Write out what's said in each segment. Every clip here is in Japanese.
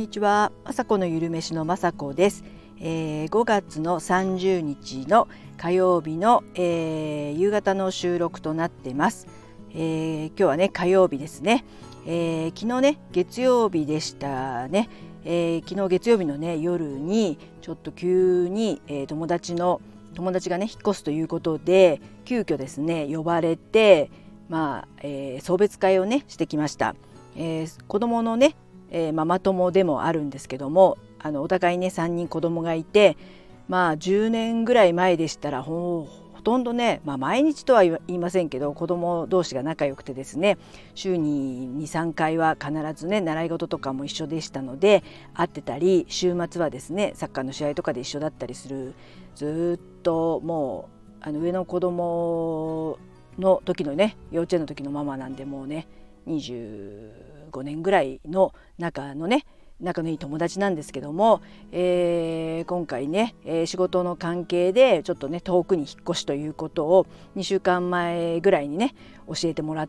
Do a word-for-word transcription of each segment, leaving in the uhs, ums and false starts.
ちは、まさこのゆるめしのまさこです。えー、ごがつのさんじゅうにちの火曜日の、えー、夕方の収録となっています。えー、今日はね火曜日ですね。えー、昨日ね月曜日でしたね。えー、昨日月曜日のね夜にちょっと急に、えー、友達の友達がね引っ越すということで急遽ですね呼ばれて、まあえー、送別会をねしてきました。えー、子供のね、えー、ママ友でもあるんですけども、あのお互いねさんにん子供がいて、まあじゅうねんぐらい前でしたらほほとんどね、まあ、毎日とは言いませんけど子供同士が仲良くてですね、週に にさんかいは必ずね習い事とかも一緒でしたので会ってたり、週末はですねサッカーの試合とかで一緒だったりする。ずっともうあの上の子供の時のね幼稚園の時のママなんで、もうねにじゅうごねんぐらいの仲のね仲のいい友達なんですけども、えー、今回ね、えー、仕事の関係でちょっとね遠くに引っ越しということをにしゅうかんまえぐらいにね教えてもらって、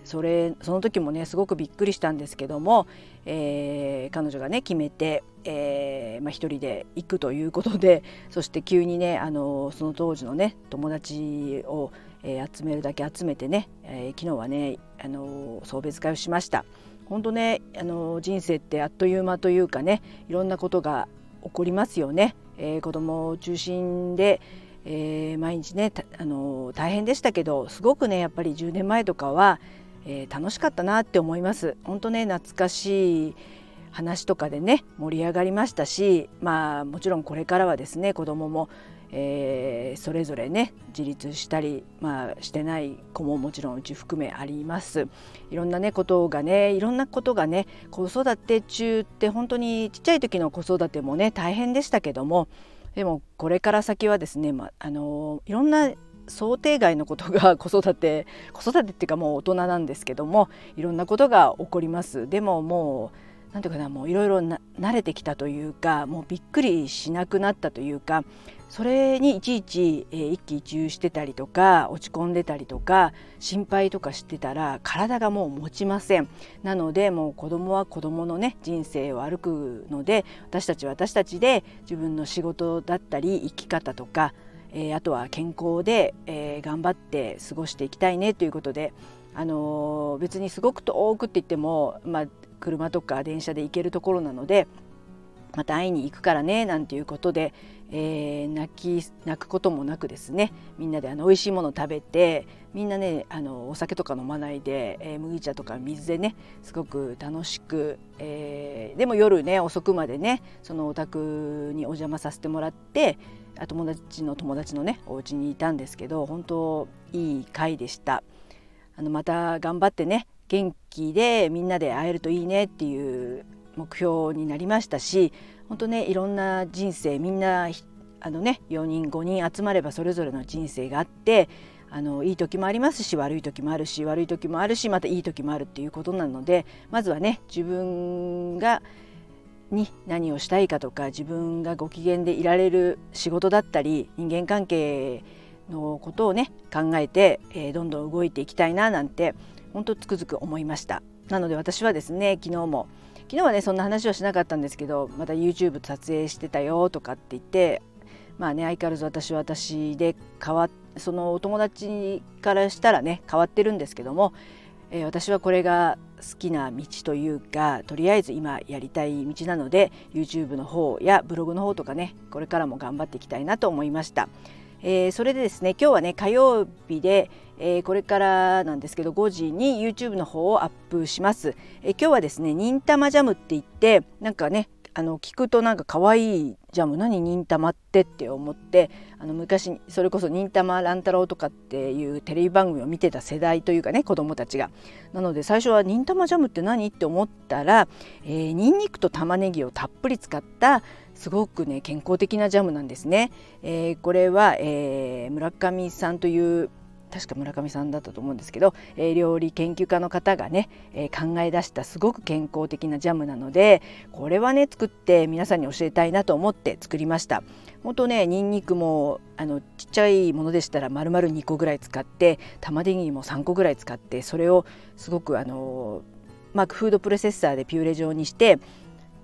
それその時もねすごくびっくりしたんですけども、えー、彼女がね決めて、えーまあ、一人で行くということで、そして急にねあのその当時のね友達を、えー、集めるだけ集めてね、えー、昨日はねあの送別会をしました。本当ねあの人生ってあっという間というかね、いろんなことが起こりますよね。えー、子供中心で、えー、毎日ねあの大変でしたけど、すごくねやっぱりじゅうねんまえとかは、えー、楽しかったなって思います。本当ね懐かしい話とかでね盛り上がりましたし、まあもちろんこれからはですね子供もえー、それぞれね自立したり、まあ、してない子ももちろんうち含めあります。いろんなねことがねいろんなことがね子育て中って本当にちっちゃい時の子育てもね大変でしたけども、でもこれから先はですね、まあ、あのいろんな想定外のことが子育て子育てっていうかもう大人なんですけども、いろんなことが起こります。でももうなんていうかな、もういろいろ慣れてきたというか、もうびっくりしなくなったというか、それにいちいち、えー、一喜一憂してたりとか落ち込んでたりとか心配とかしてたら体がもう持ちません。なのでもう子供は子供のね人生を歩くので、私たちは私たちで自分の仕事だったり生き方とか、えー、あとは健康で、えー、頑張って過ごしていきたいねということで、あのー、別にすごく遠くって言っても、まあ、車とか電車で行けるところなので、また会いに行くからねなんていうことで、えー、泣き泣くこともなくですね、みんなであの美味しいものを食べて、みんなねあのお酒とか飲まないで、えー、麦茶とか水でねすごく楽しく、えー、でも夜ね遅くまでねそのお宅にお邪魔させてもらって、友達の友達のねお家にいたんですけど、本当いい会でした。あのまた頑張ってね元気でみんなで会えるといいねっていう目標になりましたし、本当ねいろんな人生、みんなあのねよにんごにん集まればそれぞれの人生があって、あのいい時もありますし悪い時もあるし悪い時もあるしまたいい時もあるっていうことなので、まずはね自分がに何をしたいかとか、自分がご機嫌でいられる仕事だったり人間関係のことをね考えて、えー、どんどん動いていきたいななんて本当つくづく思いました。なので私はですね昨日も昨日はねそんな話はしなかったんですけど、また YouTube 撮影してたよとかって言って、まあね相変わらず私は私で変わっそのお友達からしたらね変わってるんですけども、えー、私はこれが好きな道というか、とりあえず今やりたい道なので YouTube の方やブログの方とかねこれからも頑張っていきたいなと思いました。えー、それでですね今日はね火曜日で、えー、これからなんですけどごじに YouTube の方をアップします。えー、今日はですね忍たまジャムって言って、なんかねあの聞くとなんか可愛いジャム、何忍たまってって思って、あの昔それこそ忍たま乱太郎とかっていうテレビ番組を見てた世代というかね子供たちが、なので最初は忍たまジャムって何って思ったら、えー、ニンニクと玉ねぎをたっぷり使ったすごくね健康的なジャムなんですね。えー、これは、えー、村上さんという確か村上さんだったと思うんですけど、えー、料理研究家の方がね、えー、考え出したすごく健康的なジャムなので、これはね作って皆さんに教えたいなと思って作りました。本当ねニンニクもあのちっちゃいものでしたら丸々にこぐらい使って、玉ねぎもさんこぐらい使って、それをすごくあのまあ、フードプロセッサーでピューレ状にして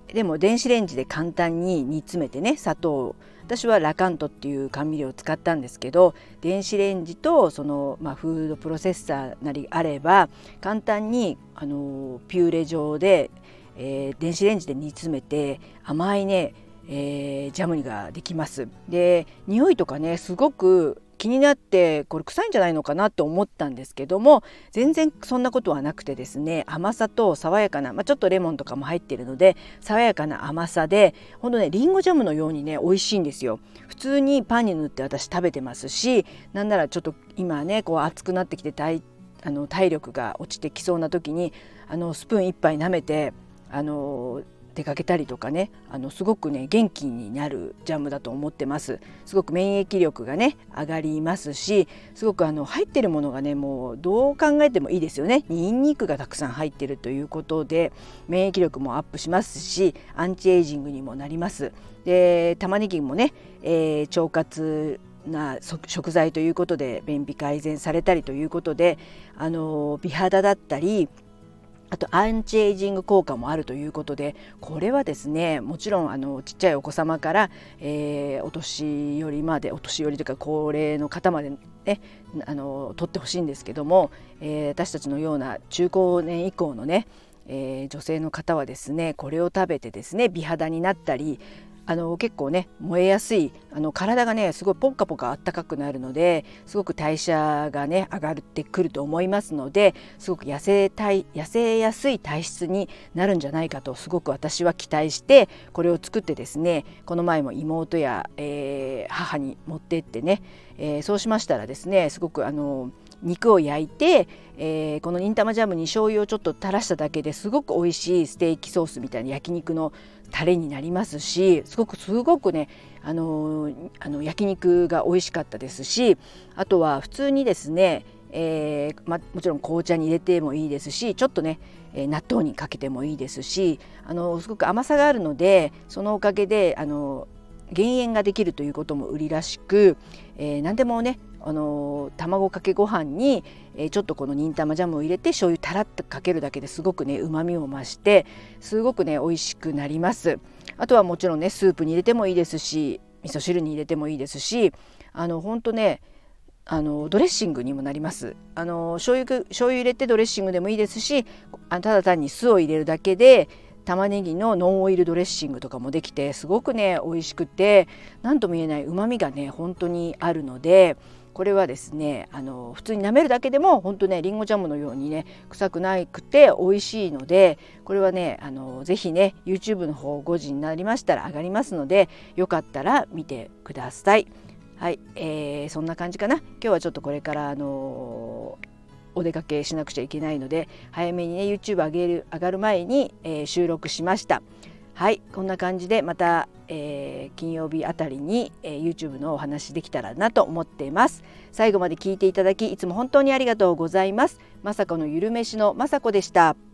でも電子レンジで簡単に煮詰めてね、砂糖、私はラカントっていう甘味料を使ったんですけど、電子レンジとその、まあ、フードプロセッサーなりあれば簡単にあのピューレ状で、えー、電子レンジで煮詰めて甘いね、えー、ジャムができます。で匂いとかねすごく気になって、これ臭いんじゃないのかなと思ったんですけども、全然そんなことはなくてですね、甘さと爽やかな、まあ、ちょっとレモンとかも入っているので爽やかな甘さで、ほんとねリンゴジャムのようにね美味しいんですよ。普通にパンに塗って私食べてますし、なんならちょっと今ねこう暑くなってきて体あの体力が落ちてきそうな時にあのスプーン一杯舐めてあの出かけたりとかね、あのすごくね元気になるジャムだと思ってます。すごく免疫力がね上がりますし、すごくあの入ってるものがねもうどう考えてもいいですよね。ニンニクがたくさん入ってるということで免疫力もアップしますし、アンチエイジングにもなります。で玉ねぎもね、えー、腸活な食材ということで便秘改善されたりということで、あの美肌だったり、あとアンチエイジング効果もあるということで、これはですねもちろんあのちっちゃいお子様から、えー、お年寄りまで、お年寄りというか高齢の方までねあの取ってほしいんですけども、えー、私たちのような中高年以降のね、えー、女性の方はですねこれを食べてですね美肌になったり、あの結構ね燃えやすい、あの体がねすごいポッカポカあったかくなるので、すごく代謝がね上がってくると思いますので、すごく痩せたい痩せやすい体質になるんじゃないかとすごく私は期待してこれを作ってですね、この前も妹や、えー、母に持ってってね、えー、そうしましたらですねすごくあの肉を焼いて、えー、この忍たまジャムに醤油をちょっと垂らしただけですごく美味しいステーキソースみたいな焼肉のタレになりますし、すごくすごくねあのあの焼肉が美味しかったですし、あとは普通にですね、えーま、もちろん紅茶に入れてもいいですし、ちょっとね、えー、納豆にかけてもいいですし、あのすごく甘さがあるのでそのおかげであの減塩ができるということも売りらしく、えー、何でもねあの卵かけご飯に、えー、ちょっとこの忍たまジャムを入れて醤油たらっとかけるだけですごくねうまみを増してすごくね美味しくなります。あとはもちろんねスープに入れてもいいですし、味噌汁に入れてもいいですし、あの本当ねあのドレッシングにもなります。あの醤油醤油入れてドレッシングでもいいですし、ただ単に酢を入れるだけで玉ねぎのノンオイルドレッシングとかもできてすごくね美味しくて、何とも言えないうまみがね本当にあるので、これはですねあの普通に舐めるだけでも本当ねリンゴジャムのようにね臭くなくて美味しいので、これはねあのぜひね YouTube の方ごじになりましたら上がりますので、よかったら見てください。はい、えー、そんな感じかな。今日はちょっとこれからあのお出かけしなくちゃいけないので早めにね YouTube 上げる上がる前に、えー、収録しました。はい、こんな感じでまた、えー、金曜日あたりに、えー、YouTube のお話できたらなと思っています。最後まで聞いていただきいつも本当にありがとうございます。まさこのゆるめしのまさこでした。